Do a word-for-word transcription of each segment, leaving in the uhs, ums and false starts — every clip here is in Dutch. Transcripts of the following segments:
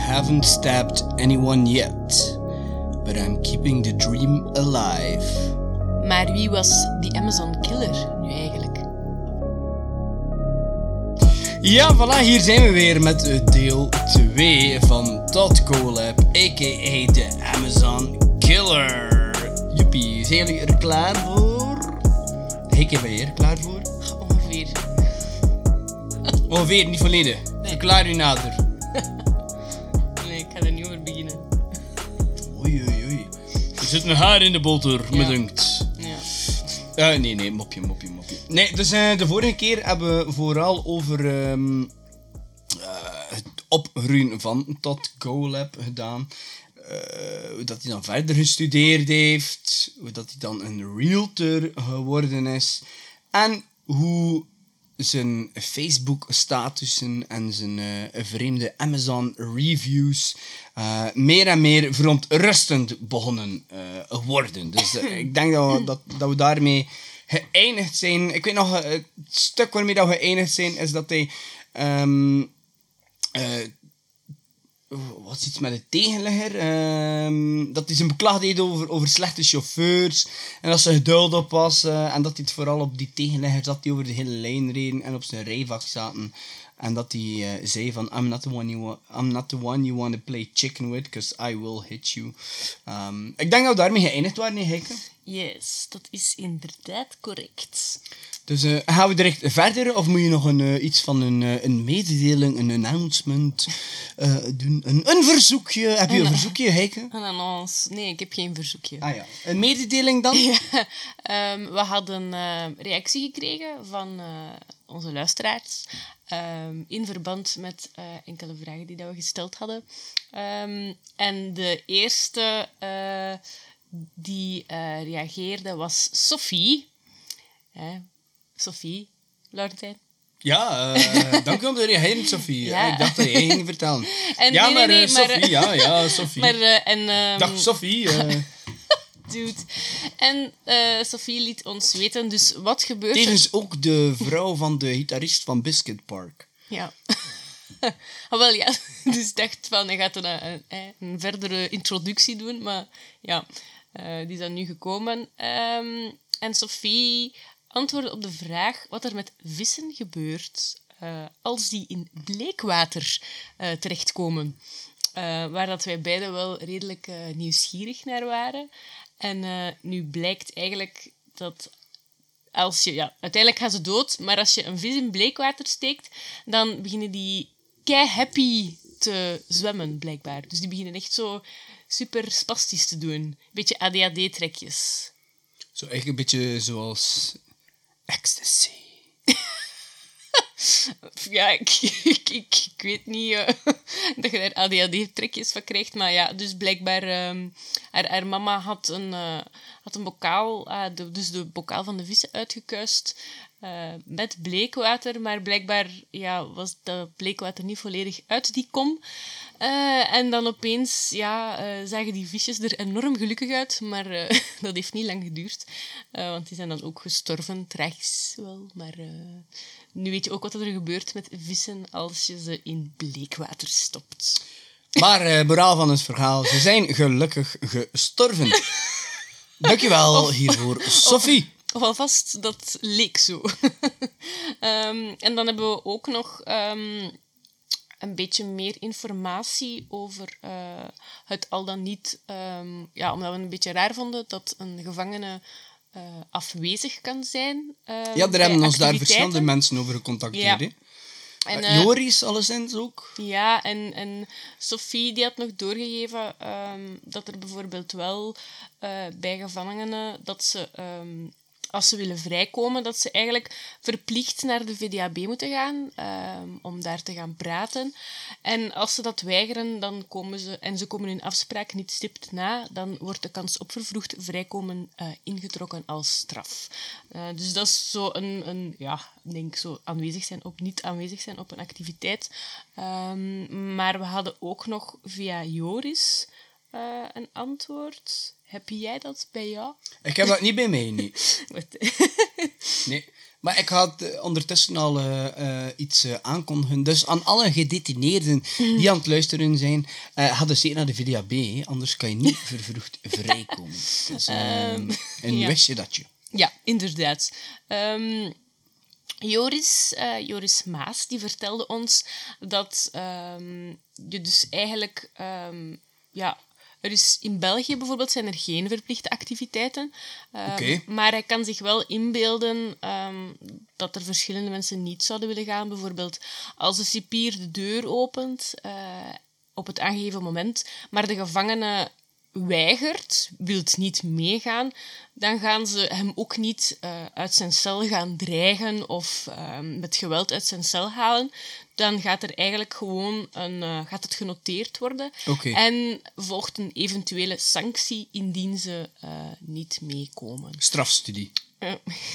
haven't stabbed anyone yet, but I'm keeping the dream alive. Maar wie was die Amazon Killer nu eigenlijk? Ja, voilà, hier zijn we weer met deel twee van Todd Collab, a k a de Amazon Killer. Joepie, zijn jullie er klaar voor? Ik ben je er klaar voor? Ongeveer. Ongeveer, niet volledig. Nee. Verklaar u nader. Nee, ik ga er niet over beginnen. Oei, oei, oei. Er zit een haar in de boter, Ja. me dunkt. Ja. Uh, nee, nee, mopje, mopje, mopje. Nee, dus uh, de vorige keer hebben we vooral over um, uh, het opgroeien van Todd Collab gedaan. Uh, hoe dat hij dan verder gestudeerd heeft. Hoe dat hij dan een realtor geworden is. En hoe zijn Facebook-statussen en zijn uh, vreemde Amazon-reviews uh, meer en meer verontrustend begonnen uh, worden. Dus uh, ik denk dat we, dat, dat we daarmee geëindigd zijn. Ik weet nog, uh, het stuk waarmee dat we geëindigd zijn, is dat hij... Um, uh, wat is iets met de tegenligger? Um, dat hij zijn beklag deed over, over slechte chauffeurs. En dat ze geduld op was. Uh, en dat hij het vooral op die tegenligger zat die over de hele lijn reden. En op zijn rijvak zaten. En dat hij uh, zei van... I'm not the one you, wa- I'm not the one you want to play chicken with. Because I will hit you. Um, ik denk dat we daarmee geëindigd waren, nee, Heike? Yes, dat is inderdaad correct. Dus uh, gaan we direct verder? Of moet je nog een, uh, iets van een, uh, een mededeling, een announcement uh, doen? Een, een verzoekje? Heb je een, een verzoekje, Heike? Een annonce. Nee, ik heb geen verzoekje. Ah ja. Een mededeling dan? Ja, um, we hadden uh, reactie gekregen van uh, onze luisteraars. Um, in verband met uh, enkele vragen die dat we gesteld hadden. Um, en de eerste uh, die uh, reageerde was Sophie. Hè? Sophie, Laurentijn. Ja, uh, dank u om te reageren, Sophie. Ja. Ik dacht dat jij ging vertellen. En ja, nee, maar, nee, nee, uh, maar Sophie, ja, ja, Sophie. Maar, uh, en, um, Dag, Sophie. Uh, Dude. En uh, Sophie liet ons weten, dus wat gebeurt er... tevens ook de vrouw van de gitarist van Biscuit Park. Ja. ah, wel, ja. Dus ik dacht van, hij gaat een, een, een verdere introductie doen, maar ja, uh, die is dan nu gekomen. Um, en Sophie antwoordde op de vraag wat er met vissen gebeurt uh, als die in bleekwater uh, terechtkomen. Uh, waar dat wij beiden wel redelijk uh, nieuwsgierig naar waren. En uh, nu blijkt eigenlijk dat als je... Ja, uiteindelijk gaan ze dood, maar als je een vis in bleekwater steekt, dan beginnen die kei happy te zwemmen, blijkbaar. Dus die beginnen echt zo super spastisch te doen. Beetje A D H D-trekjes. Zo echt een beetje zoals ecstasy. Ja, ik, ik, ik, ik weet niet uh, dat je daar A D H D-trekjes van krijgt. Maar ja, dus blijkbaar... Um, haar, haar mama had een, uh, had een bokaal, uh, de, dus de bokaal van de vissen uitgekuist uh, met bleekwater. Maar blijkbaar ja, was dat bleekwater niet volledig uit die kom. Uh, en dan opeens ja, uh, zagen die visjes er enorm gelukkig uit. Maar uh, dat heeft niet lang geduurd. Uh, want die zijn dan ook gestorven. Tragisch wel, maar... Uh, nu weet je ook wat er gebeurt met vissen als je ze in bleekwater stopt. Maar, uh, moraal van het verhaal, ze zijn gelukkig gestorven. Dankjewel Of- hiervoor, Sophie. Of alvast, dat leek zo. um, en dan hebben we ook nog um, een beetje meer informatie over uh, het al dan niet... Um, ja, omdat we een beetje raar vonden dat een gevangene... Uh, afwezig kan zijn. Uh, Ja, daar hebben ons daar activiteiten. verschillende mensen over gecontacteerd. Ja. hè. En, Uh, uh, Joris, alleszins ook. Ja, en, en Sophie die had nog doorgegeven um, dat er bijvoorbeeld wel uh, bij gevangenen dat ze, um, als ze willen vrijkomen, dat ze eigenlijk verplicht naar de V D A B moeten gaan um, om daar te gaan praten. En als ze dat weigeren, dan komen ze, en ze komen hun afspraak niet stipt na, dan wordt de kans op vervroegd vrijkomen uh, ingetrokken als straf. Uh, dus dat is zo een, een ja, ik denk zo aanwezig zijn op, niet aanwezig zijn op een activiteit. Um, maar we hadden ook nog via Joris uh, een antwoord. Heb jij dat bij jou? Ik heb dat niet bij mij, nee. Wat? nee. Maar ik ga het eh, ondertussen al eh, eh, iets eh, aankondigen. Dus aan alle gedetineerden die aan het luisteren zijn, uh, ga dus zeker naar de V D A B, hè, anders kan je niet vervroegd vrijkomen. Dus uh, Ehm, een ja. wistje dat je. Ja, inderdaad. Ehm, Joris, eh, Joris Maas, die vertelde ons dat ehm, je dus eigenlijk... ehm, ja, er is in België bijvoorbeeld zijn er geen verplichte activiteiten. Um, Oké. Maar hij kan zich wel inbeelden um, dat er verschillende mensen niet zouden willen gaan. Bijvoorbeeld als de cipier de deur opent uh, op het aangegeven moment, maar de gevangene weigert, wilt niet meegaan, dan gaan ze hem ook niet uh, uit zijn cel gaan dreigen of uh, met geweld uit zijn cel halen. Dan gaat er eigenlijk gewoon een, uh, gaat het genoteerd worden. Oké. En volgt een eventuele sanctie indien ze uh, niet meekomen. Strafstudie. Uh,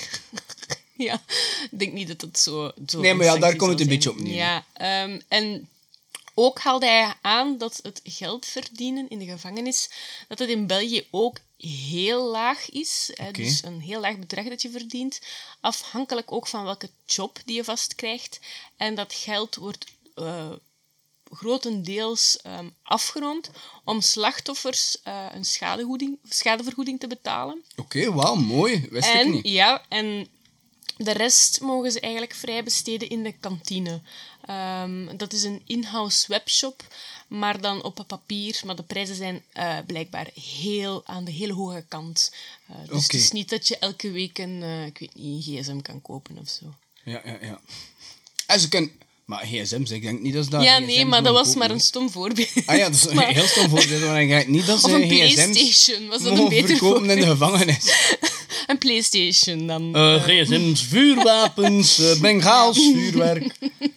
ja, ik denk niet dat het zo... zo Nee, maar ja, een daar sanctie komt het een zal beetje op zijn. neer. Ja, um, en ook haalde hij aan dat het geld verdienen in de gevangenis, dat het in België ook heel laag is. Hè, Oké. Dus een heel laag bedrag dat je verdient. Afhankelijk ook van welke job die je vastkrijgt. En dat geld wordt uh, grotendeels um, afgeroomd om slachtoffers uh, een schadevergoeding, schadevergoeding te betalen. Oké, okay, wauw, mooi. Wist en, ik niet. Ja, en de rest mogen ze eigenlijk vrij besteden in de kantine. Um, dat is een in-house webshop, maar dan op papier. Maar de prijzen zijn uh, blijkbaar heel aan de hele hoge kant. Uh, dus Okay. het is niet dat je elke week een, uh, ik weet niet, een gsm kan kopen of zo. Ja, ja, ja. En ze kunnen... Maar gsm's, ik denk niet dat ze dat... Ja, gsm's nee, maar dat mogen was maar kopen, een stom voorbeeld. Ah ja, dat is een Maar- heel stom voorbeeld, maar ik denk niet dat ze Of een gsm's PlayStation, was dat een mogen beter verkopen in de voorbeeld? gevangenis. Een PlayStation dan. Uh, gsm's, vuurwapens, uh, bengaals, vuurwerk.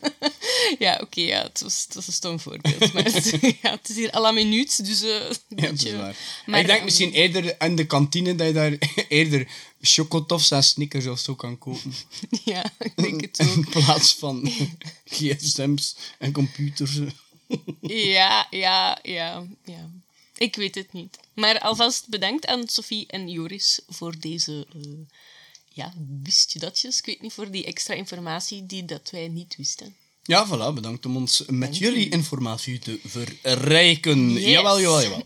Ja, oké, okay, ja, het was, het was een stom voorbeeld. Maar het, ja, het is hier à la minuut, dus... Uh, een Ja, dat is beetje- waar. Maar, ik denk um, misschien eerder in de kantine dat je daar eerder chocotofs en snickers of zo kan kopen. Ja, ik denk het ook. In plaats van gsm's en computers. Ja, ja, ja, ja. Ik weet het niet. Maar alvast bedankt aan Sophie en Joris voor deze... Uh, ja, wist je datjes? Ik weet niet, voor die extra informatie die dat wij niet wisten. Ja, voilà, bedankt om ons met jullie informatie te verrijken. Yes. Jawel, jawel, jawel.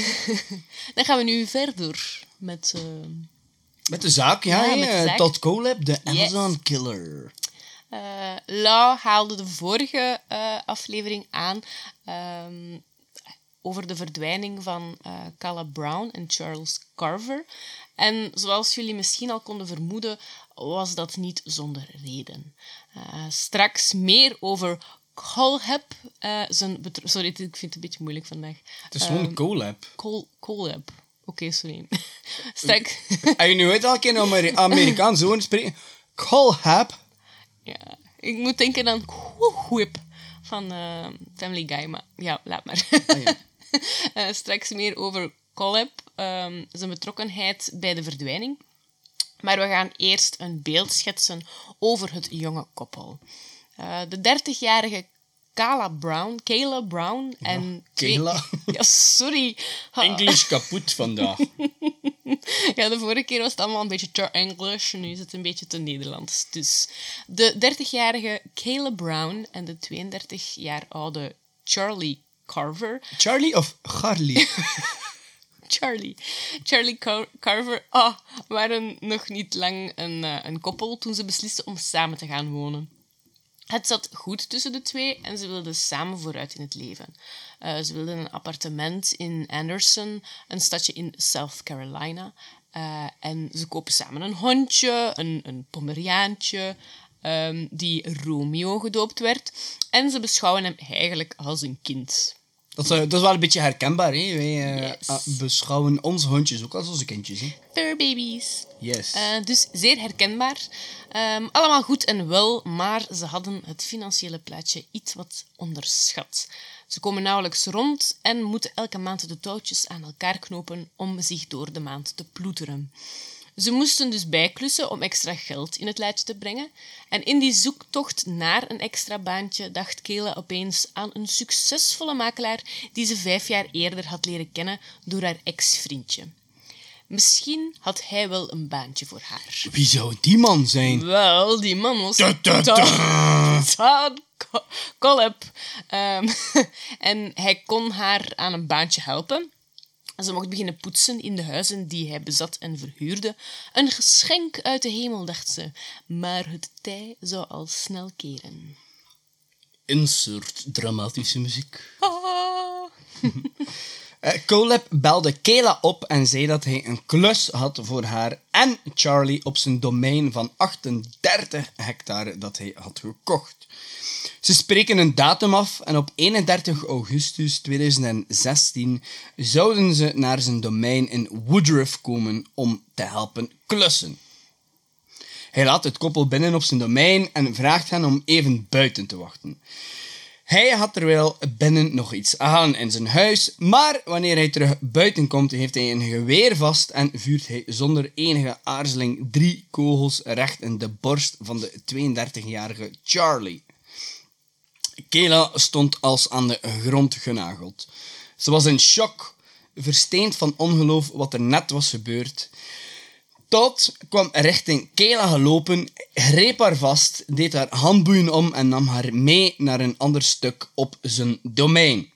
Dan gaan we nu verder met... Uh, Met de zaak, ja. Ja, ja met de zaak. Todd Colab, de Yes. Amazon Killer. Uh, Lau haalde de vorige uh, aflevering aan um, over de verdwijning van uh, Calla Brown en Charles Carver. En zoals jullie misschien al konden vermoeden, was dat niet zonder reden. Uh, straks meer over Colab. Uh, zijn betro- sorry, ik vind het een beetje moeilijk vandaag. Het is gewoon Um, Colab. Col- Colab. Oké, okay, sorry. Straks... En je nu weet al een keer Ameri- Amerikaans zo spreken. Colab. Ja, ik moet denken aan Whip van uh, Family Guy, maar ja, laat maar. Ah, ja. uh, straks meer over Colab, um, zijn betrokkenheid bij de verdwijning. Maar we gaan eerst een beeld schetsen over het jonge koppel. Uh, de dertigjarige Calla Brown, Kayla Brown en... Kayla? Ja, sorry. Ha. English kapot vandaag. Ja, de vorige keer was het allemaal een beetje te English, nu is het een beetje te Nederlands. Dus de dertigjarige Kayla Brown en de tweeëndertig jaar oude Charlie Carver. Charlie of Charlie? Charlie. Charlie Car- Carver ah, waren nog niet lang een, uh, een koppel toen ze beslisten om samen te gaan wonen. Het zat goed tussen de twee en ze wilden samen vooruit in het leven. Uh, ze wilden een appartement in Anderson, een stadje in South Carolina. Uh, en ze kopen samen een hondje, een, een pomeriaantje, um, die Romeo gedoopt werd. En ze beschouwen hem eigenlijk als een kind. Dat is, uh, dat is wel een beetje herkenbaar, hè? Wij uh, Yes. uh, beschouwen onze hondjes ook als onze kindjes, hè? Fur babies. Yes. Uh, dus zeer herkenbaar. Um, allemaal goed en wel, maar ze hadden het financiële plaatje iets wat onderschat. Ze komen nauwelijks rond en moeten elke maand de touwtjes aan elkaar knopen om zich door de maand te ploeteren. Ze moesten dus bijklussen om extra geld in het laadje te brengen. En in die zoektocht naar een extra baantje dacht Kayla opeens aan een succesvolle makelaar die ze vijf jaar eerder had leren kennen door haar ex-vriendje. Misschien had hij wel een baantje voor haar. Wie zou die man zijn? Wel, die man was Da, da, da. Todd Todd Co- Collip. Ehm, en hij kon haar aan een baantje helpen. Ze mocht beginnen poetsen in de huizen die hij bezat en verhuurde. Een geschenk uit de hemel, dacht ze. Maar het tij zou al snel keren. Insert dramatische muziek. Ah. Uh, Golub belde Kayla op en zei dat hij een klus had voor haar en Charlie op zijn domein van achtendertig hectare dat hij had gekocht. Ze spreken een datum af en op eenendertig augustus tweeduizend zestien zouden ze naar zijn domein in Woodruff komen om te helpen klussen. Hij laat het koppel binnen op zijn domein en vraagt hen om even buiten te wachten. Hij had terwijl binnen nog iets aan in zijn huis, maar wanneer hij terug buiten komt, heeft hij een geweer vast en vuurt hij zonder enige aarzeling drie kogels recht in de borst van de tweeëndertigjarige Charlie. Kayla stond als aan de grond genageld. Ze was in shock, versteend van ongeloof wat er net was gebeurd. Todd kwam richting Kayla gelopen, greep haar vast, deed haar handboeien om en nam haar mee naar een ander stuk op zijn domein.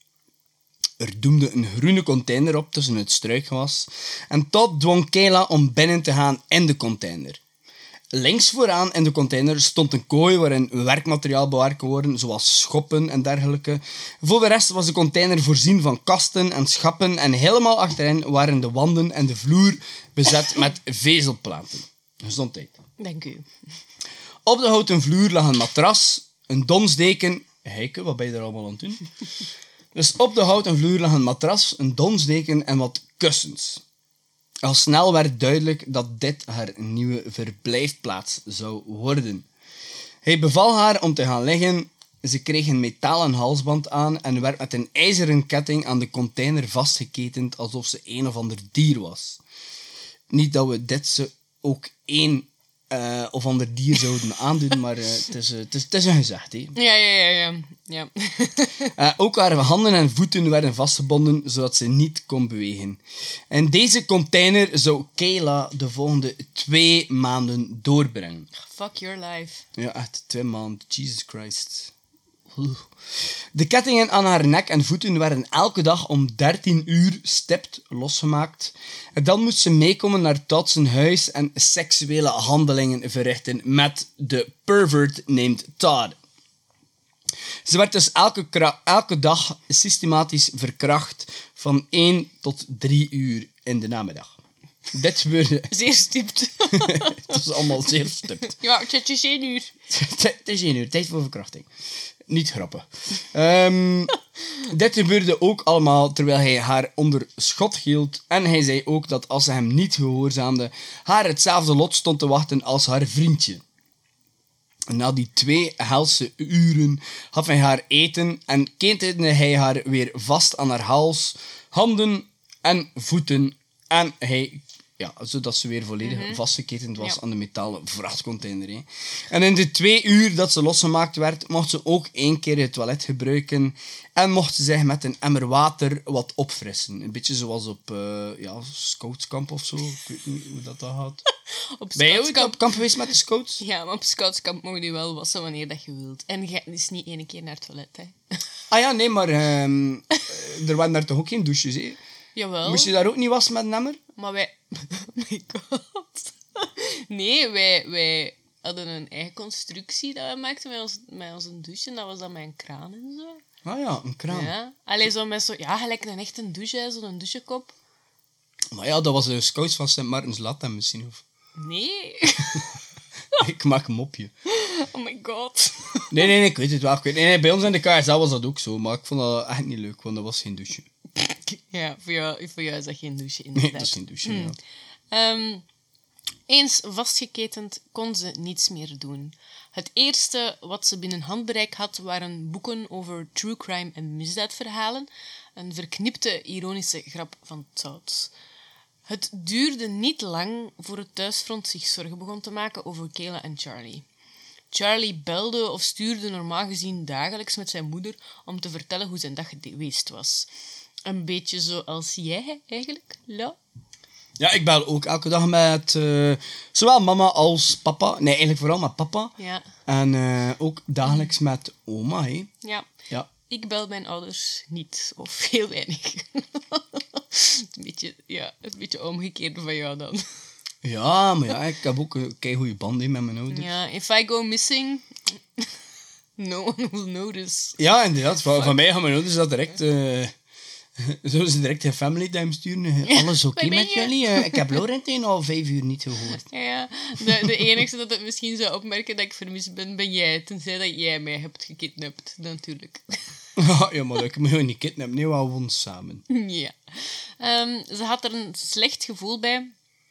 Er doemde een groene container op tussen het struikgewas en Todd dwong Kayla om binnen te gaan in de container. Links vooraan in de container stond een kooi waarin werkmateriaal bewaard kon worden, zoals schoppen en dergelijke. Voor de rest was de container voorzien van kasten en schappen en helemaal achterin waren de wanden en de vloer bezet met vezelplaten. Gezondheid. Dank u. Op de houten vloer lag een matras, een donsdeken... Heike, wat ben je er allemaal aan het doen? Dus op de houten vloer lag een matras, een donsdeken en wat kussens. Al snel werd duidelijk dat dit haar nieuwe verblijfplaats zou worden. Hij beval haar om te gaan liggen. Ze kreeg een metalen halsband aan en werd met een ijzeren ketting aan de container vastgeketend alsof ze een of ander dier was. Niet dat we dit ze ook één uh, of ander dier zouden aandoen, maar uh, het, is, uh, het, is, het is een gezegd. Hè. Ja, ja, ja. ja. ja. Uh, ook haar handen en voeten werden vastgebonden, zodat ze niet kon bewegen. In deze container zou Kayla de volgende twee maanden doorbrengen. Fuck your life. Ja, echt twee maanden. Jesus Christ. Oeh. De kettingen aan haar nek en voeten werden elke dag om dertien uur stipt losgemaakt. En dan moest ze meekomen naar Todd zijn huis en seksuele handelingen verrichten met de pervert named Todd. Ze werd dus elke, kra- elke dag systematisch verkracht van één tot drie uur in de namiddag. Dit gebeurde... Zeer stipt. Het was allemaal zeer stipt. Ja, het is één uur. Het is één uur, tijd voor verkrachting. Niet grappig. Um, dit gebeurde ook allemaal terwijl hij haar onder schot hield. En hij zei ook dat als ze hem niet gehoorzaamde, haar hetzelfde lot stond te wachten als haar vriendje. Na die twee helse uren gaf hij haar eten en ketende hij haar weer vast aan haar hals, handen en voeten. En hij, ja, zodat ze weer volledig mm-hmm. vastgeketend was ja. aan de metalen vrachtcontainer. Hè. En in de twee uur dat ze losgemaakt werd, mocht ze ook één keer het toilet gebruiken en mocht ze zich met een emmer water wat opfrissen. Een beetje zoals op uh, ja, scoutskamp of zo. Ik weet niet hoe dat, dat gaat. Op ben je ooit op kamp geweest met de scouts? Ja, maar op scoutskamp mogen die wel wassen wanneer dat je wilt. En je gaat dus niet één keer naar het toilet, hè. Ah ja, nee, maar um, er waren daar toch ook geen douches, hè? Jawel. Moest je daar ook niet wassen met een emmer? Maar wij... Oh my god. Nee, wij, wij hadden een eigen constructie dat we maakten met, ons, met onze douche. En dat was dan met een kraan en zo. Ah ja, een kraan. Ja. Allee, zo met zo... Ja, gelijk een echte douche, zo'n douchekop. Maar ja, dat was de scouts van Sint Maartens Latem misschien, of... Nee. Ik maak een mopje. Oh my god. Nee, nee, nee, ik weet het wel. Ik weet, nee, nee, bij ons in de K S L was dat ook zo, maar ik vond dat echt niet leuk, want dat was geen douche. Ja, voor jou, voor jou is dat geen douche, inderdaad. Nee, dat is geen douche, hmm. ja. Um, eens vastgeketend kon ze niets meer doen. Het eerste wat ze binnen handbereik had, waren boeken over true crime en misdaadverhalen. Een verknipte, ironische grap van Todd. Het duurde niet lang voor het thuisfront zich zorgen begon te maken over Kayla en Charlie. Charlie belde of stuurde normaal gezien dagelijks met zijn moeder om te vertellen hoe zijn dag geweest was. Een beetje zoals jij eigenlijk, La. Ja, ik bel ook elke dag met uh, zowel mama als papa. Nee, eigenlijk vooral met papa. Ja. En uh, ook dagelijks met oma, hè. Ja. Ja. Ik bel mijn ouders niet, of heel weinig. een, beetje, ja, een beetje omgekeerd van jou dan. Ja, maar ja, ik heb ook een keigoede band hè, met mijn ouders. Ja, if I go missing, no one will notice. Ja, inderdaad. Van, van mij gaan mijn ouders dat direct... Uh, zullen ze direct een family time sturen? Alles oké okay met jullie? Uh, ik heb Laurentijn al vijf uur niet gehoord. Ja, de, de enige dat het misschien zou opmerken dat ik vermist ben, ben jij. Tenzij dat jij mij hebt gekidnapt, natuurlijk. Ja, maar ik moet je niet kidnappen. Nee, we wonen samen. Ja. Um, ze had er een slecht gevoel bij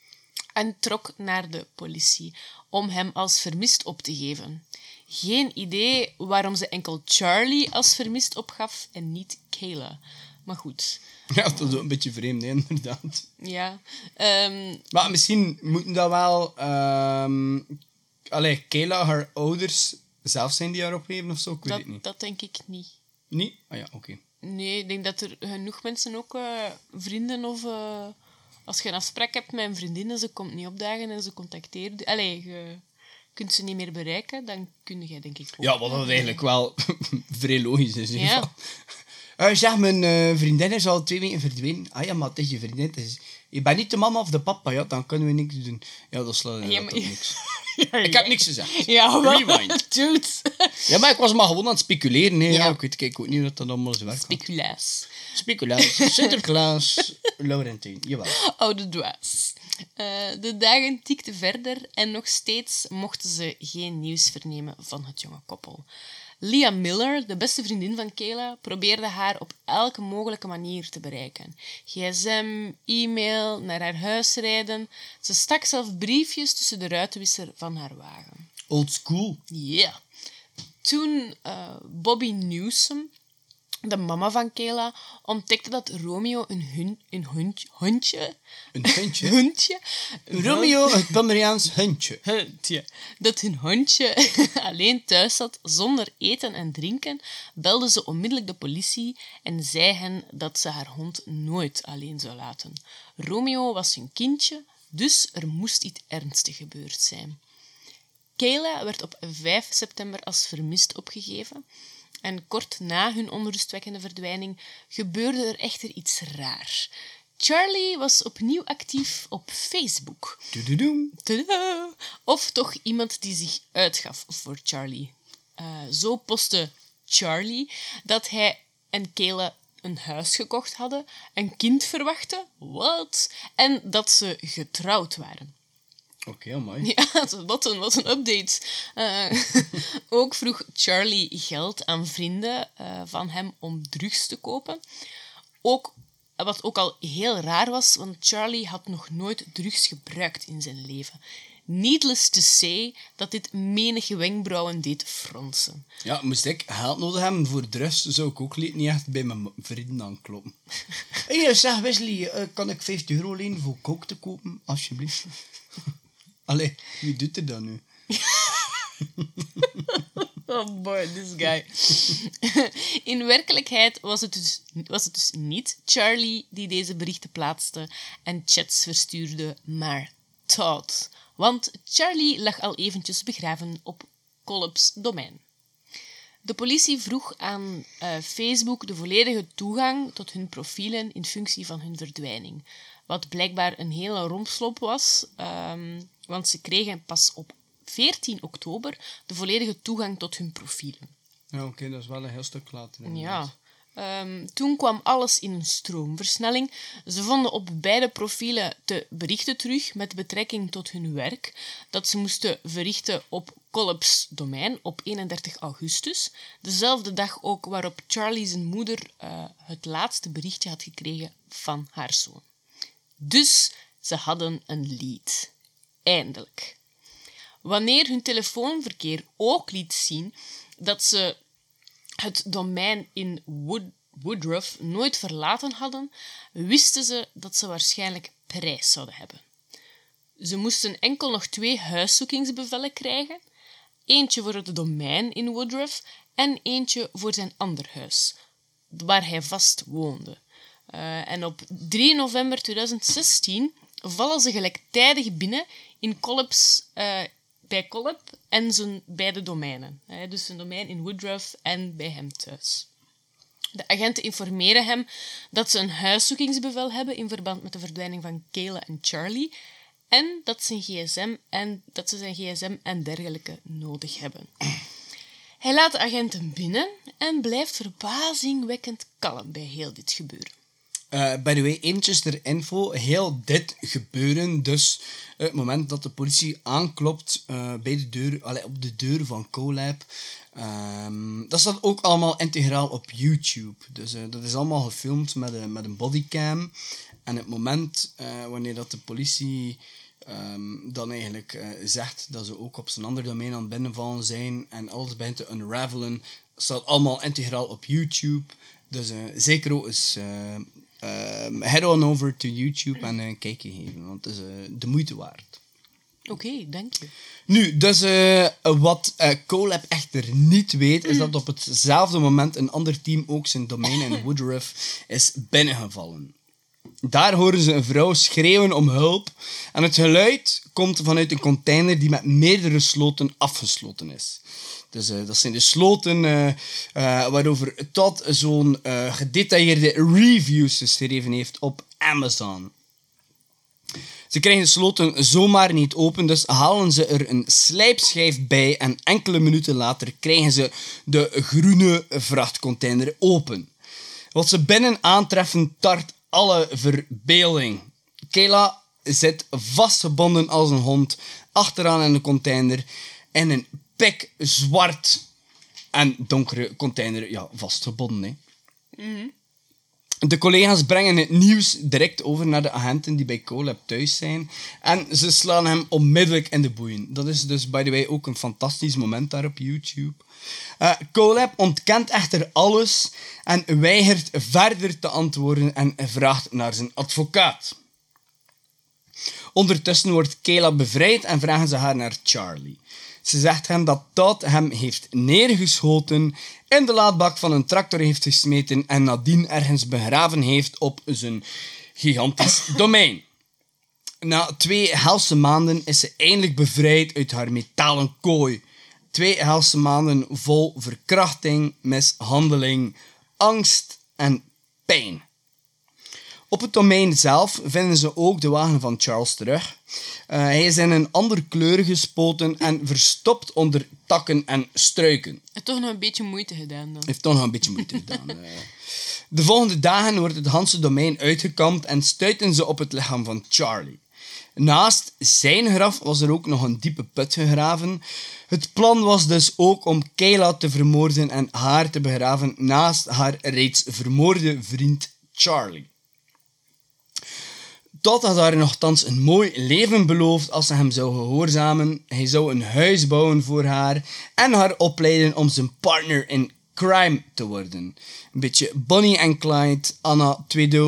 en trok naar de politie om hem als vermist op te geven. Geen idee waarom ze enkel Charlie als vermist opgaf en niet Kayla. Maar goed. Ja, dat is ook een beetje vreemd, hè, inderdaad. Ja. Um, maar misschien moeten dat wel... Um, allee, Kayla, haar ouders zelf zijn die haar opgeven of zo? Ik weet dat, het niet. Dat denk ik niet. Niet? Ah ja, oké. Okay. Nee, ik denk dat er genoeg mensen ook uh, vrienden of... Uh, als je een afspraak hebt met een vriendin en ze komt niet opdagen en ze contacteert... Allee, je kunt ze niet meer bereiken, dan kun jij denk ik ook... Ja, wat dat eigenlijk wel vrij logisch is. Ja. Uh, zeg, mijn uh, vriendin is al twee weken verdwenen. Ah ja, maar het is je vriendin. Het is... Je bent niet de mama of de papa, ja, dan kunnen we niks doen. Ja, dat slaat inderdaad ja, maar... op niks. Ja, ja. Ik heb niks gezegd. Ja, maar... Rewind. Dude. Ja, maar ik was maar gewoon aan het speculeren. Hè. Ja. Ja, ik weet kijk, ook niet hoe dat allemaal zo werkt. Speculaas. Speculaas. Sinterklaas. Laurentijn. Jawel. Oude dwaas. Uh, de dagen tikten verder en nog steeds mochten ze geen nieuws vernemen van het jonge koppel. Leah Miller, de beste vriendin van Kayla, probeerde haar op elke mogelijke manier te bereiken. gsm, e-mail, naar haar huis rijden. Ze stak zelf briefjes tussen de ruitenwisser van haar wagen. Old school. Ja. Yeah. Toen uh, Bobby Newsom, de mama van Kayla, ontdekte dat Romeo een, hun, een hondje... hondje een hondje? hondje. Romeo, het Pomeriaans hondje. Hondje. Dat hun hondje alleen thuis zat zonder eten en drinken, belde ze onmiddellijk de politie en zei hen dat ze haar hond nooit alleen zou laten. Romeo was hun kindje, dus er moest iets ernstigs gebeurd zijn. Kayla werd op vijf september als vermist opgegeven. En kort na hun onrustwekkende verdwijning gebeurde er echter iets raar. Charlie was opnieuw actief op Facebook. Tadaa. Of toch iemand die zich uitgaf voor Charlie. Uh, zo postte Charlie dat hij en Kayla een huis gekocht hadden, een kind verwachten, wat? En dat ze getrouwd waren. Oké, okay, amai. Ja, wat een, wat een update. Uh, ook vroeg Charlie geld aan vrienden uh, van hem om drugs te kopen. Ook, wat ook al heel raar was, want Charlie had nog nooit drugs gebruikt in zijn leven. Needless to say dat dit menige wenkbrauwen deed fronsen. Ja, moest ik geld nodig hebben voor drugs, zou ik ook niet echt bij mijn vrienden aankloppen. Hé, hey, zeg Wesley, uh, kan ik vijftig euro lenen voor kook te kopen, alsjeblieft? Allee, wie doet er dat nu? Oh boy, this guy. In werkelijkheid was het, dus, was het dus niet Charlie die deze berichten plaatste en chats verstuurde, maar Todd. Want Charlie lag al eventjes begraven op Collab's domein. De politie vroeg aan uh, Facebook de volledige toegang tot hun profielen in functie van hun verdwijning. Wat blijkbaar een hele rompslomp was, um, want ze kregen pas op veertien oktober de volledige toegang tot hun profielen. Ja, oké, okay, dat is wel een heel stuk later. Ja. Um, toen kwam alles in een stroomversnelling. Ze vonden op beide profielen de berichten terug met betrekking tot hun werk, dat ze moesten verrichten op Collab's domein op eenendertig augustus, dezelfde dag ook waarop Charlie zijn moeder uh, het laatste berichtje had gekregen van haar zoon. Dus ze hadden een lead. Eindelijk. Wanneer hun telefoonverkeer ook liet zien dat ze het domein in Wood, Woodruff nooit verlaten hadden, wisten ze dat ze waarschijnlijk prijs zouden hebben. Ze moesten enkel nog twee huiszoekingsbevelen krijgen, eentje voor het domein in Woodruff en eentje voor zijn ander huis, waar hij vast woonde. Uh, en op drie november tweeduizend zestien vallen ze gelijktijdig binnen in Collab's, uh, bij Collab en zijn beide domeinen. Hè, dus zijn domein in Woodruff en bij hem thuis. De agenten informeren hem dat ze een huiszoekingsbevel hebben in verband met de verdwijning van Kayla en Charlie en dat, zijn gsm en, dat ze zijn gsm en dergelijke nodig hebben. Hij laat de agenten binnen en blijft verbazingwekkend kalm bij heel dit gebeuren. Uh, by the way, eventjes ter info. Heel dit gebeuren, dus het moment dat de politie aanklopt uh, bij de deur, allee, op de deur van Colab, um, dat staat ook allemaal integraal op YouTube. Dus uh, dat is allemaal gefilmd met een, met een bodycam. En het moment uh, wanneer dat de politie um, dan eigenlijk uh, zegt dat ze ook op zijn ander domein aan het binnenvallen zijn en alles begint te unravelen, staat allemaal integraal op YouTube. Dus uh, zeker ook eens uh, uh, head on over to YouTube en uh, een kijkje geven, want het is uh, de moeite waard. Oké, okay, dank je. Nu, dus uh, wat uh, Colab echter niet weet, is dat op hetzelfde moment een ander team ook zijn domein in Woodruff is binnengevallen. Daar horen ze een vrouw schreeuwen om hulp en het geluid komt vanuit een container die met meerdere sloten afgesloten is. Dus uh, dat zijn de sloten uh, uh, waarover Todd zo'n uh, gedetailleerde reviews geschreven heeft op Amazon. Ze krijgen de sloten zomaar niet open, dus halen ze er een slijpschijf bij en enkele minuten later krijgen ze de groene vrachtcontainer open. Wat ze binnen aantreffen tart alle verbeelding. Kayla zit vastgebonden als een hond achteraan in de container in een pikzwart en donkere container, ja, vastgebonden. Hè. Mm-hmm. De collega's brengen het nieuws direct over naar de agenten die bij Colab thuis zijn en ze slaan hem onmiddellijk in de boeien. Dat is dus, by the way, ook een fantastisch moment daar op YouTube. Uh, Colab ontkent echter alles en weigert verder te antwoorden en vraagt naar zijn advocaat. Ondertussen wordt Kayla bevrijd en vragen ze haar naar Charlie. Ze zegt hem dat Todd hem heeft neergeschoten, in de laadbak van een tractor heeft gesmeten en nadien ergens begraven heeft op zijn gigantisch domein. Na twee helse maanden is ze eindelijk bevrijd uit haar metalen kooi. Twee helse maanden vol verkrachting, mishandeling, angst en pijn. Op het domein zelf vinden ze ook de wagen van Charles terug. Uh, hij is in een andere kleur gespoten en verstopt onder takken en struiken. Hij heeft toch nog een beetje moeite gedaan dan. Hij heeft toch nog een beetje moeite gedaan. Uh. De volgende dagen wordt het ganse domein uitgekampt en stuiten ze op het lichaam van Charlie. Naast zijn graf was er ook nog een diepe put gegraven. Het plan was dus ook om Kayla te vermoorden en haar te begraven naast haar reeds vermoorde vriend Charlie. Todd had haar nogthans een mooi leven beloofd als ze hem zou gehoorzamen. Hij zou een huis bouwen voor haar en haar opleiden om zijn partner in crime te worden. Een beetje Bonnie en Clyde anno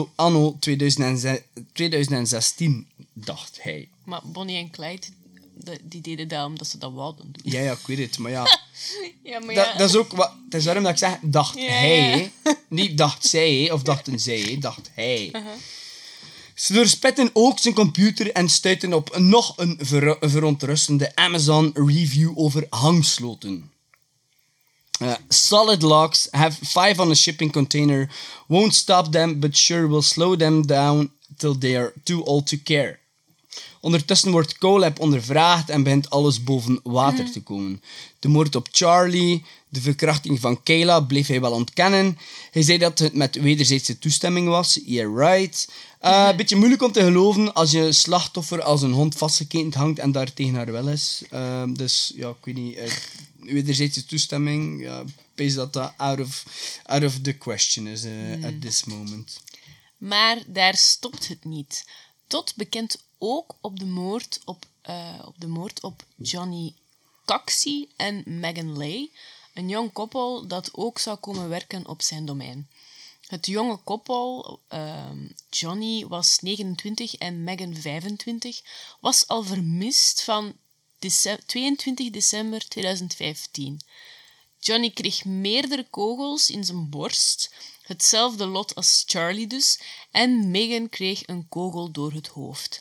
twintig zestien, dacht hij. Maar Bonnie en Clyde, die deden dat omdat ze dat wouden doen. Ja, ja, ik weet het, maar ja. ja, maar ja. Dat, dat is ook wat... Het is daarom dat ik zeg, dacht ja, hij. Ja. Niet dacht zij, of dachten zij, dacht hij. Uh-huh. Ze doorspitten ook zijn computer en stuiten op nog een ver- verontrustende Amazon review over hangsloten. Uh, solid locks have five on a shipping container. Won't stop them, but sure will slow them down till they are too old to care. Ondertussen wordt Colab ondervraagd en begint alles boven water mm. te komen. De moord op Charlie, de verkrachting van Kayla bleef hij wel ontkennen. Hij zei dat het met wederzijdse toestemming was. Yeah, right. Een uh, mm-hmm. beetje moeilijk om te geloven als je slachtoffer als een hond vastgeketend hangt en daar tegen haar wel is. Uh, dus ja, ik weet niet. Uh, wederzijdse toestemming, ja, pees dat dat out of, out of the question is uh, mm. at this moment. Maar daar stopt het niet. Todd bekent ook op de moord op, uh, op, de moord op Johnny Coxey en Megan Leigh, een jong koppel dat ook zou komen werken op zijn domein. Het jonge koppel, uh, Johnny was negenentwintig en Megan vijfentwintig, was al vermist van dece- tweeëntwintig december tweeduizend vijftien. Johnny kreeg meerdere kogels in zijn borst, hetzelfde lot als Charlie dus, en Megan kreeg een kogel door het hoofd.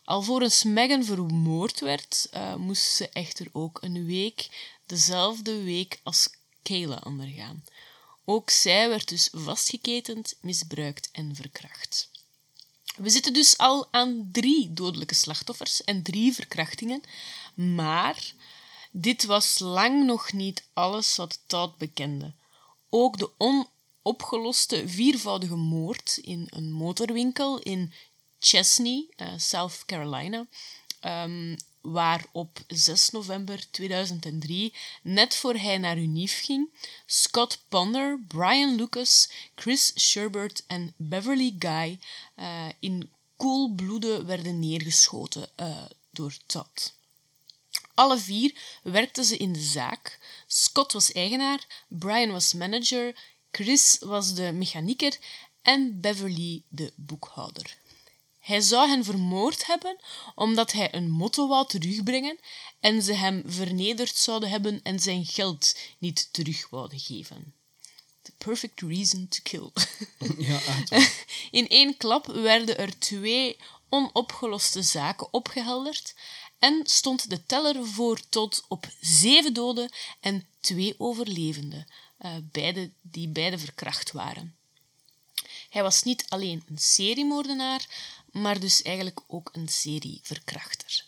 Alvorens Meghan vermoord werd, uh, moest ze echter ook een week, dezelfde week als Kayla, ondergaan. Ook zij werd dus vastgeketend, misbruikt en verkracht. We zitten dus al aan drie dodelijke slachtoffers en drie verkrachtingen, maar dit was lang nog niet alles wat Todd bekende. Ook de onopgeloste viervoudige moord in een motorwinkel in Chesney, uh, South Carolina, um, waar op zes november tweeduizend drie, net voor hij naar Unief ging, Scott Ponder, Brian Lucas, Chris Sherbert en Beverly Guy uh, in koel bloede werden neergeschoten uh, door Todd. Alle vier werkten ze in de zaak. Scott was eigenaar, Brian was manager, Chris was de mechanieker en Beverly de boekhouder. Hij zou hen vermoord hebben omdat hij een motto wou terugbrengen en ze hem vernederd zouden hebben en zijn geld niet terug wouden geven. The perfect reason to kill. Ja, echt wel. In één klap werden er twee onopgeloste zaken opgehelderd en stond de teller voor tot op zeven doden en twee overlevenden, uh, beide, die beide verkracht waren. Hij was niet alleen een seriemoordenaar, maar dus eigenlijk ook een serieverkrachter.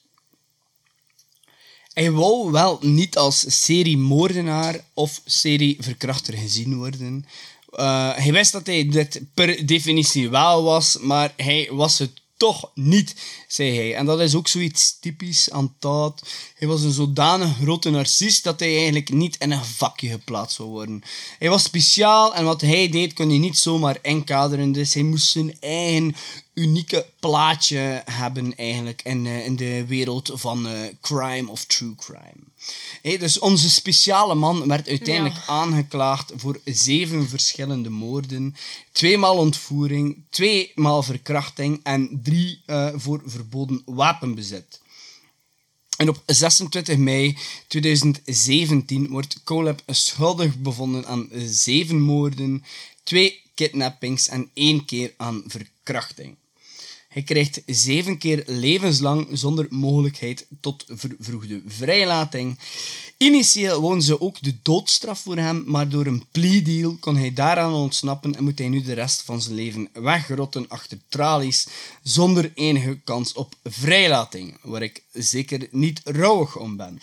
Hij wou wel niet als seriemoordenaar of serieverkrachter gezien worden. Uh, hij wist dat hij dit per definitie wel was, maar hij was het toch niet, zei hij. En dat is ook zoiets typisch aan Todd. Hij was een zodanig grote narcist dat hij eigenlijk niet in een vakje geplaatst zou worden. Hij was speciaal en wat hij deed kon hij niet zomaar inkaderen. Dus hij moest zijn eigen unieke plaatje hebben eigenlijk in, uh, in de wereld van uh, crime of true crime. Hey, dus onze speciale man werd uiteindelijk ja. aangeklaagd voor zeven verschillende moorden, tweemaal ontvoering, tweemaal verkrachting en drie uh, voor verboden wapenbezit. En op zesentwintig mei tweeduizend zeventien wordt Golub schuldig bevonden aan zeven moorden, twee kidnappings en één keer aan verkrachting. Hij krijgt zeven keer levenslang zonder mogelijkheid tot vervroegde vrijlating. Initieel woonde ze ook de doodstraf voor hem, maar door een plea deal kon hij daaraan ontsnappen en moet hij nu de rest van zijn leven wegrotten achter tralies zonder enige kans op vrijlating, waar ik zeker niet rouwig om ben.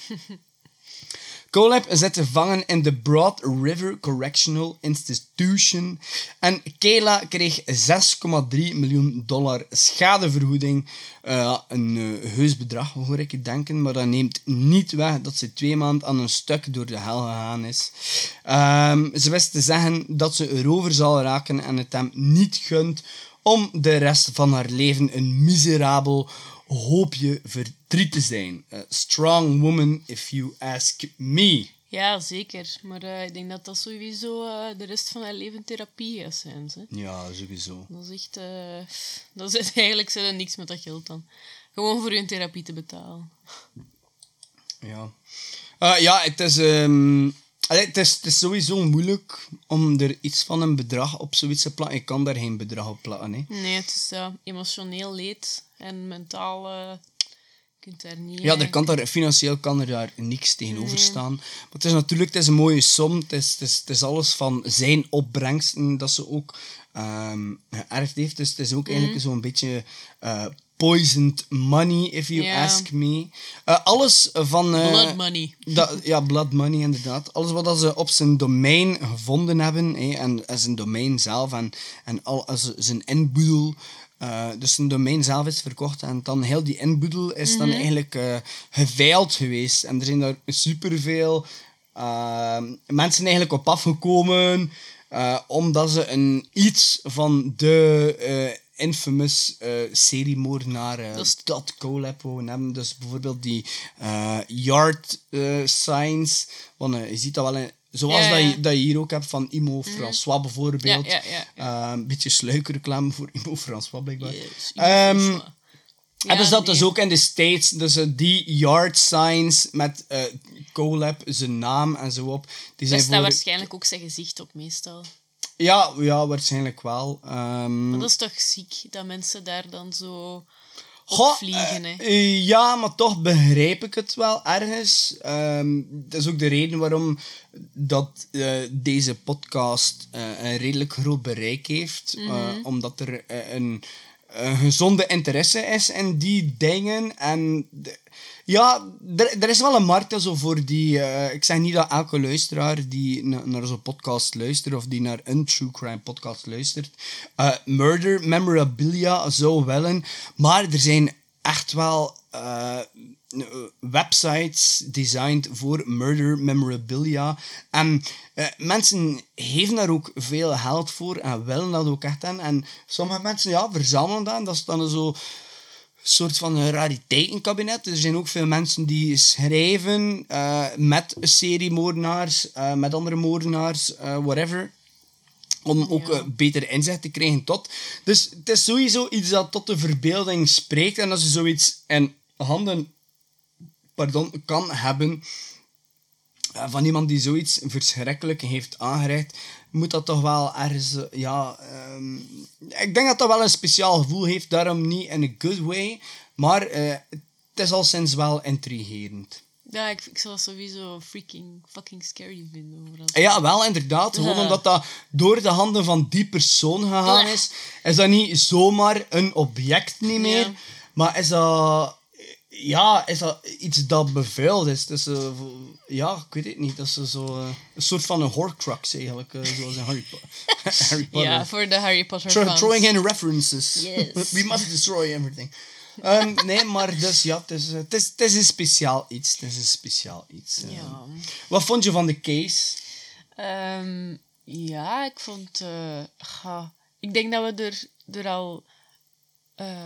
Golub zit gevangen in de Broad River Correctional Institution en Kayla kreeg zes komma drie miljoen dollar schadevergoeding. Uh, een uh, heus bedrag, hoor ik denken, maar dat neemt niet weg dat ze twee maanden aan een stuk door de hel gegaan is. Um, ze wist te zeggen dat ze erover zal raken en het hem niet gunt om de rest van haar leven een miserabel hoopje verdriet te zijn. A strong woman, if you ask me. Ja, zeker. Maar uh, ik denk dat dat sowieso uh, de rest van haar leven therapie gaat zijn. Hè? Ja, sowieso. Dat is echt... Uh, dat is eigenlijk ze niks met dat geld dan. Gewoon voor hun therapie te betalen. Ja. Uh, ja, het is... Um... Allee, het, is, het is sowieso moeilijk om er iets van een bedrag op zoiets te plakken. Ik kan daar geen bedrag op plakken. Hè. Nee, het is uh, emotioneel leed en mentaal... Uh, kunt daar niet... Ja, er kan daar, financieel kan er daar niks tegenover nee. staan. Maar het is natuurlijk het is een mooie som. Het is, het, is, het is alles van zijn opbrengsten dat ze ook um, geërfd heeft. Dus het is ook mm. eigenlijk zo'n beetje... Uh, poisoned money, if you yeah. ask me. Uh, alles van... Uh, blood money. Da, ja, blood money, inderdaad. Alles wat ze op zijn domein gevonden hebben, hey, en, en zijn domein zelf, en, en al, als zijn inboedel... Uh, dus zijn domein zelf is verkocht, en dan heel die inboedel is mm-hmm. dan eigenlijk uh, geveild geweest. En er zijn daar superveel uh, mensen eigenlijk op afgekomen, uh, omdat ze een iets van de... Uh, infamous uh, seriemoordenaar uh, Todd Golub hebben. Dus bijvoorbeeld die uh, yard uh, signs. Want uh, je ziet dat wel in, zoals ja, ja. Dat, je, dat je hier ook hebt van Imo mm. François bijvoorbeeld. Ja, ja, ja, ja. Uh, een beetje sluikreclame voor Imo François blijkbaar. Yes, um, Ja, hebben ze dat nee. dus ook in de States, dus uh, die yard signs met uh, Golub, zijn naam en zo op. Die zijn er staat voor... waarschijnlijk ook zijn gezicht op meestal. Ja, ja, waarschijnlijk wel. Um, maar dat is toch ziek, dat mensen daar dan zo Goh, opvliegen. Hè. uh, ja, maar toch begrijp ik het wel ergens. Um, dat is ook de reden waarom dat uh, deze podcast uh, een redelijk groot bereik heeft. Mm-hmm. Uh, omdat er uh, een, een gezonde interesse is in die dingen. En de, ja, er, er is wel een markt zo voor die... Uh, ik zeg niet dat elke luisteraar die na, naar zo'n podcast luistert of die naar een true crime podcast luistert, uh, murder memorabilia zou willen. Maar er zijn echt wel uh, websites designed voor murder memorabilia. En uh, mensen geven daar ook veel geld voor en willen dat ook echt aan. En sommige mensen ja, verzamelen dat. En dat is dan zo... soort van een rariteitenkabinet. Er zijn ook veel mensen die schrijven uh, met een serie moordenaars, uh, met andere moordenaars, uh, whatever. Om ook ja. uh, beter inzicht te krijgen tot. Dus het is sowieso iets dat tot de verbeelding spreekt. En als je zoiets in handen pardon, kan hebben uh, van iemand die zoiets verschrikkelijk heeft aangericht, moet dat toch wel ergens... Uh, ja, um, ik denk dat dat wel een speciaal gevoel heeft. Daarom niet in a good way. Maar uh, het is al sinds wel intrigerend. Ja, ik, ik zou het sowieso freaking fucking scary vinden. Ja, wel, inderdaad. Gewoon ja. omdat dat door de handen van die persoon gegaan is, is dat niet zomaar een object niet meer. Ja. Maar is dat... Ja, is dat iets dat bevuild is. Dus, uh, ja, ik weet het niet. Dat is zo, uh, een soort van een horcrux eigenlijk, uh, zoals in Harry, po- Harry Potter. Ja, voor de Harry Potter Tro- fans. Throwing in references. Yes. We must destroy everything. Um, nee, maar dus ja, het is, uh, het, is, het is een speciaal iets. Het is een speciaal iets. Uh. Ja. Wat vond je van de case? Um, ja, ik vond... Uh, ga, ik denk dat we er, er al uh,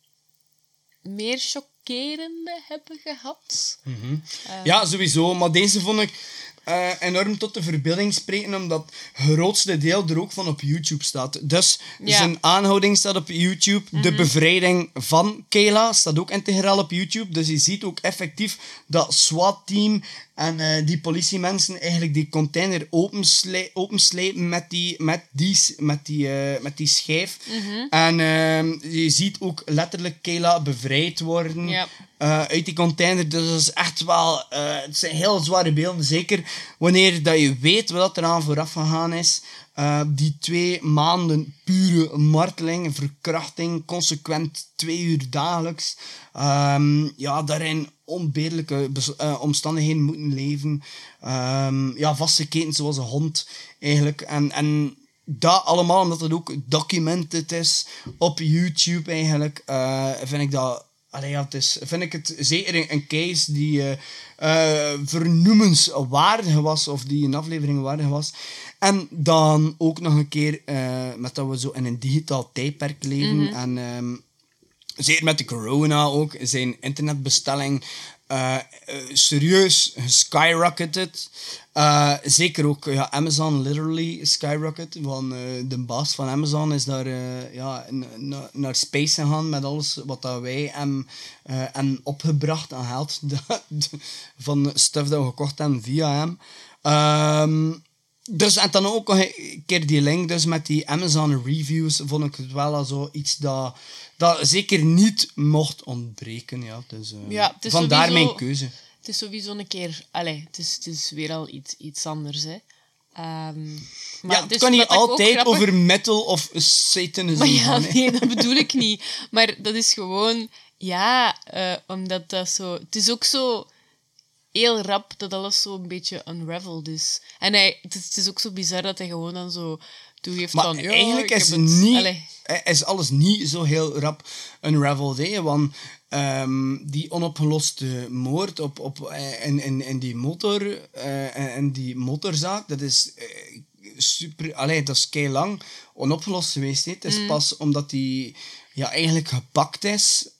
meer chockerende hebben gehad. Mm-hmm. Uh, ja, sowieso. Maar deze vond ik uh, enorm tot de verbeelding spreken, omdat het grootste deel er ook van op YouTube staat. Dus ja. zijn aanhouding staat op YouTube. Mm-hmm. De bevrijding van Kayla staat ook integraal op YouTube. Dus je ziet ook effectief dat SWAT-team en uh, die politiemensen eigenlijk die container opensle- openslepen met die, met die, met die, uh, met die schijf. Mm-hmm. En uh, je ziet ook letterlijk Kayla bevrijd worden ja. uh, uit die container. Dus dat is echt wel... Uh, het zijn heel zware beelden. Zeker wanneer dat je weet wat er aan vooraf gegaan is. Uh, die twee maanden pure marteling, verkrachting, consequent twee uur dagelijks. Um, ja, daarin onbeerlijke bes- uh, omstandigheden moeten leven. Um, ja, vastgeketen zoals een hond, eigenlijk. En, en dat allemaal, omdat het ook documented is op YouTube, eigenlijk, uh, vind ik dat... Allee, ja, het is, vind ik het zeker een, een case die uh, uh, vernoemenswaardig was, of die een aflevering waardig was. En dan ook nog een keer, uh, met dat we zo in een digitaal tijdperk leven. Mm-hmm. En um, zeker met de corona ook, zijn internetbestelling uh, uh, serieus skyrocketed. Uh, zeker ook ja, Amazon literally skyrocketed. Want uh, de baas van Amazon is daar uh, ja, n- n- naar space gegaan met alles wat dat wij hem uh, en opgebracht aan geld van stuff dat we gekocht hebben via hem. Um, Dus, en dan ook nog een keer die link dus met die Amazon reviews, vond ik het wel als iets dat, dat zeker niet mocht ontbreken. Ja. Dus, uh, ja, het is vandaar sowieso, mijn keuze. Het is sowieso een keer... Allez, het is, het is weer al iets, iets anders, hè. Um, maar ja, het dus kan niet altijd grappig... over metal of satanisme maar ja, gaan. nee, dat bedoel ik niet. Maar dat is gewoon... Ja, uh, omdat dat zo... Het is ook zo... heel rap dat alles zo een beetje unraveled is. En hij, het, is, het is ook zo bizar dat hij gewoon dan zo toegeeft maar van... Ja, eigenlijk ik is, heb het, niet, is alles niet zo heel rap unraveled. Hè? Want um, die onopgeloste moord op, op, in, in, in die motor, uh, in die motorzaak, dat is uh, super... Allee, dat is kei lang onopgelost geweest. Hè? Het is mm. pas omdat die ja, eigenlijk gepakt is...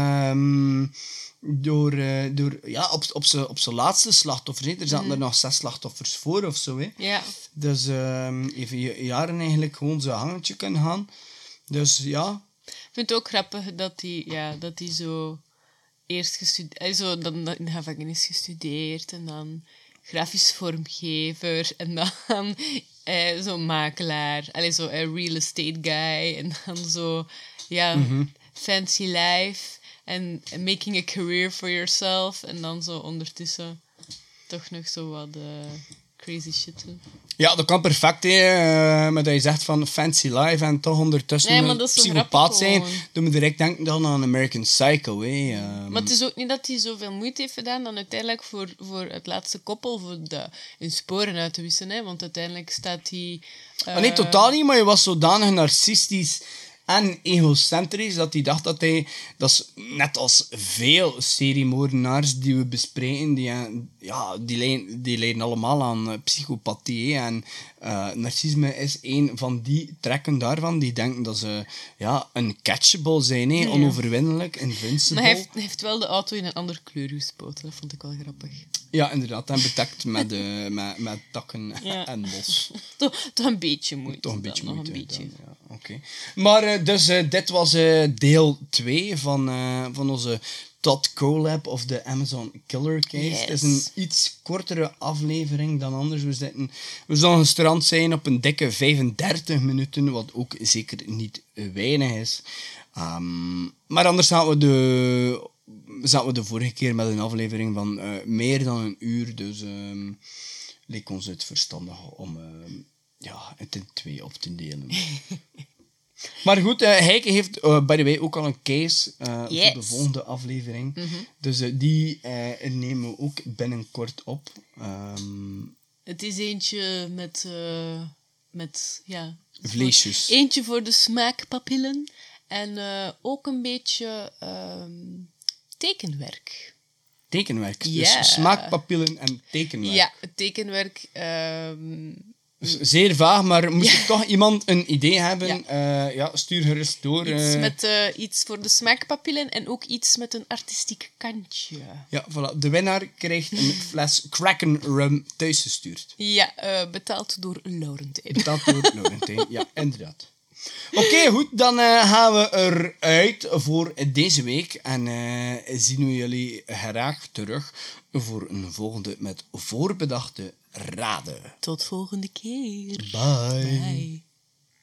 Um, Door, uh, door ja, op, op zijn op zijn laatste slachtoffer. Hè. Er zaten mm. er nog zes slachtoffers voor of zo. Hè. Ja. Dus uh, even jaren eigenlijk gewoon zo'n hangetje kunnen gaan. Dus ja. Ik vind het ook grappig dat hij ja, dat hij zo eerst gestudeerd, zo dan in de gevangenis gestudeerd en dan grafisch vormgever en dan eh, zo'n makelaar, allee, zo een real estate guy en dan zo ja, mm-hmm. fancy life. en making a career for yourself. En dan zo ondertussen toch nog zo wat uh, crazy shit doen. Ja, dat kan perfect, hè. Uh, maar dat je zegt van fancy life en toch ondertussen nee, een psychopaat zijn. Dan moet je direct denken dan aan American Psycho, hè. Um... Maar het is ook niet dat hij zoveel moeite heeft gedaan dan uiteindelijk voor, voor het laatste koppel, voor de, hun sporen uit te wissen, hè. Want uiteindelijk staat hij... Uh... Ah, nee, totaal niet, maar je was zodanig narcistisch en egocentrisch dat hij dacht dat hij... Dat is net als veel seriemoordenaars die we bespreken, die, ja, die, leiden, die leiden allemaal aan uh, psychopathie. Hè. En uh, narcisme is een van die trekken daarvan. Die denken dat ze ja, uncatchable zijn, hè. Ja. Onoverwinnelijk, invincible. Maar hij heeft, hij heeft wel de auto in een andere kleur gespoten. Dat vond ik wel grappig. Ja, inderdaad. En bedekt met, uh, met, met takken ja. en mos. toch, toch een beetje moeite. Toch een beetje dan, moeite. Nog een beetje. Dan, ja. Okay. Maar uh, dus uh, dit was uh, deel twee van, uh, van onze Todd Collab of de Amazon Killer Case. Yes. Het is een iets kortere aflevering dan anders. We, zitten, we zullen gestrand zijn op een dikke vijfendertig minuten, wat ook zeker niet weinig is. Um, maar anders zaten we de... zaten we de vorige keer met een aflevering van uh, meer dan een uur. Dus um, leek ons het verstandig om uh, ja, het in twee op te delen. Maar goed, uh, Heike heeft uh, by the way ook al een case uh, yes. voor de volgende aflevering. Mm-hmm. Dus uh, die uh, nemen we ook binnenkort op. Um, het is eentje met... Uh, met ja, vleesjes. Voor, eentje voor de smaakpapillen. En uh, ook een beetje... Um, tekenwerk. Tekenwerk. Yeah. Dus smaakpapillen en tekenwerk. Ja, tekenwerk. Um... Dus zeer vaag, maar moest ja. toch iemand een idee hebben, ja, uh, ja stuur gerust door. Iets, uh... met, uh, iets voor de smaakpapillen en ook iets met een artistiek kantje. Ja, voilà. De winnaar krijgt een fles Kraken Rum thuisgestuurd. Ja, uh, betaald door Laurentijn. Betaald door Laurentijn, ja, inderdaad. Oké, okay, goed. Dan uh, gaan we eruit voor deze week. En uh, zien we jullie graag terug voor een volgende met voorbedachte raden. Tot volgende keer. Bye. Bye.